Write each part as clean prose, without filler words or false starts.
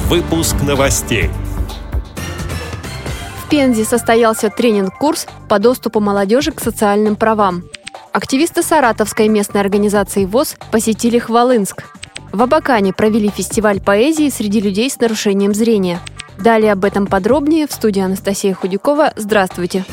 Выпуск новостей. В Пензе состоялся тренинг-курс по доступу молодежи к социальным правам. Активисты Саратовской местной организации ВОС посетили Хвалынск. В Абакане провели фестиваль поэзии среди людей с нарушением зрения. Далее об этом подробнее в студии Анастасия Худякова. Здравствуйте!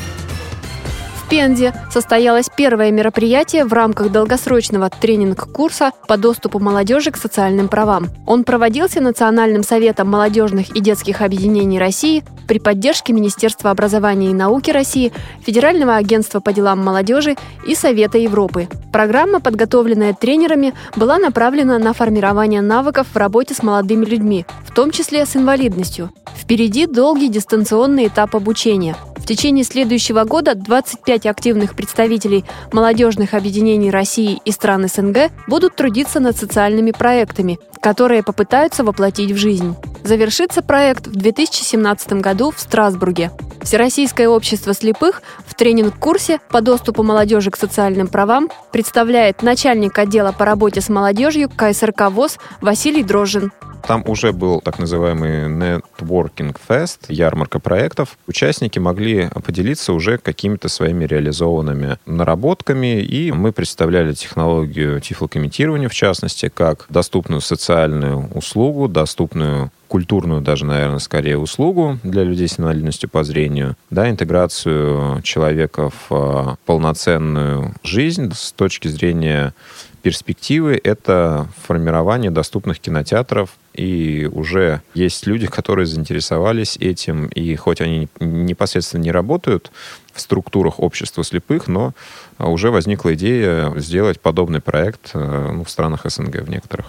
В Пензе состоялось первое мероприятие в рамках долгосрочного тренинг-курса по доступу молодежи к социальным правам. Он проводился Национальным советом молодежных и детских объединений России при поддержке Министерства образования и науки России, Федерального агентства по делам молодежи и Совета Европы. Программа, подготовленная тренерами, была направлена на формирование навыков в работе с молодыми людьми, в том числе с инвалидностью. Впереди долгий дистанционный этап обучения. В течение следующего года 25 активных представителей молодежных объединений России и стран СНГ будут трудиться над социальными проектами, которые попытаются воплотить в жизнь. Завершится проект в 2017 году в Страсбурге. Всероссийское общество слепых в тренинг-курсе по доступу молодежи к социальным правам представляет начальник отдела по работе с молодежью КСРК ВОС Василий Дрожжин. Там уже был так называемый Networking Fest, ярмарка проектов. Участники могли поделиться уже какими-то своими реализованными наработками, и мы представляли технологию тифлокомментирования, в частности, как доступную социальную услугу, доступную культурную даже, наверное, скорее услугу для людей с инвалидностью по зрению, да, интеграцию человека в полноценную жизнь с точки зрения перспективы. Это формирование доступных кинотеатров, и уже есть люди, которые заинтересовались этим, и хоть они непосредственно не работают в структурах общества слепых, но уже возникла идея сделать подобный проект в странах СНГ в некоторых.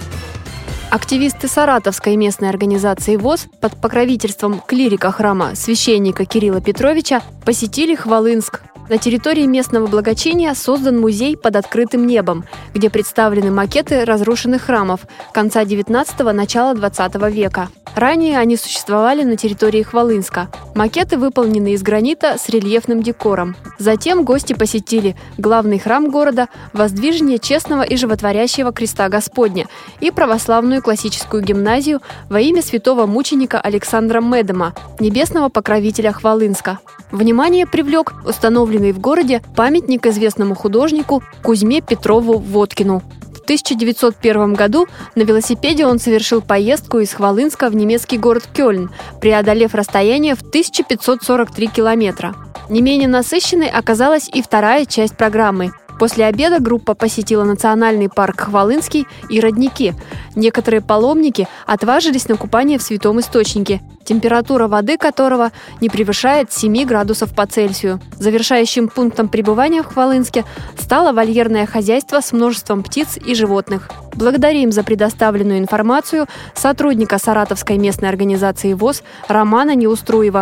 Активисты Саратовской местной организации ВОС под покровительством клирика храма священника Кирилла Петровича посетили Хвалынск. На территории местного благочиния создан музей под открытым небом, где представлены макеты разрушенных храмов конца XIX – начала XX века. Ранее они существовали на территории Хвалынска. Макеты выполнены из гранита с рельефным декором. Затем гости посетили главный храм города, воздвижение честного и животворящего креста Господня и православную классическую гимназию во имя святого мученика Александра Медема, небесного покровителя Хвалынска. Внимание привлек установленный в городе памятник известному художнику Кузьме Петрову-Водкину. В 1901 году на велосипеде он совершил поездку из Хвалынска в немецкий город Кёльн, преодолев расстояние в 1543 километра. Не менее насыщенной оказалась и вторая часть программы. После обеда группа посетила национальный парк Хвалынский и родники. Некоторые паломники отважились на купание в святом источнике, температура воды которого не превышает 7 градусов по Цельсию. Завершающим пунктом пребывания в Хвалынске стало вольерное хозяйство с множеством птиц и животных. Благодарим за предоставленную информацию сотрудника Саратовской местной организации ВОС Романа Неуструева.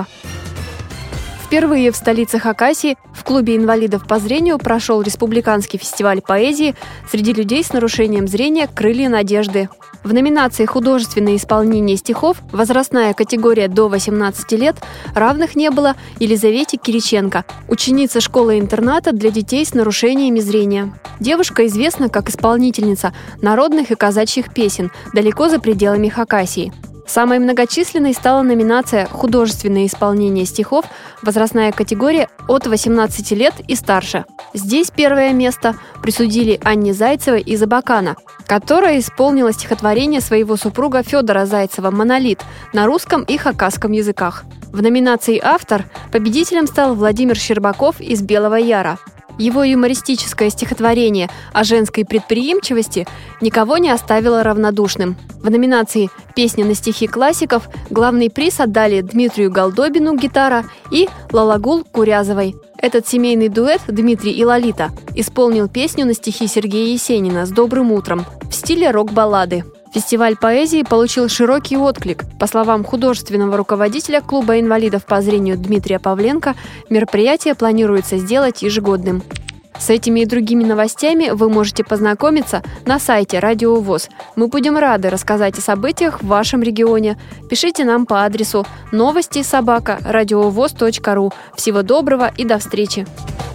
Впервые в столице Хакасии в клубе инвалидов по зрению прошел республиканский фестиваль поэзии среди людей с нарушением зрения «Крылья надежды». В номинации «Художественное исполнение стихов» возрастная категория до 18 лет равных не было Елизавете Кириченко, ученице школы-интерната для детей с нарушениями зрения. Девушка известна как исполнительница народных и казачьих песен далеко за пределами Хакасии. Самой многочисленной стала номинация «Художественное исполнение стихов», возрастная категория от 18 лет и старше. Здесь первое место присудили Анне Зайцевой из Абакана, которая исполнила стихотворение своего супруга Федора Зайцева «Монолит» на русском и хакасском языках. В номинации «Автор» победителем стал Владимир Щербаков из Белого Яра. Его юмористическое стихотворение о женской предприимчивости никого не оставило равнодушным. В номинации «Песня на стихи классиков» главный приз отдали Дмитрию Голдобину «Гитара» и Лалагул Курязовой. Этот семейный дуэт Дмитрий и Лолита исполнил песню на стихи Сергея Есенина «С добрым утром» в стиле рок-баллады. Фестиваль поэзии получил широкий отклик. По словам художественного руководителя клуба инвалидов по зрению Дмитрия Павленко, мероприятие планируется сделать ежегодным. С этими и другими новостями вы можете познакомиться на сайте Радио ВОС. Мы будем рады рассказать о событиях в вашем регионе. Пишите нам по адресу новости@радиовос.ру. Всего доброго и до встречи!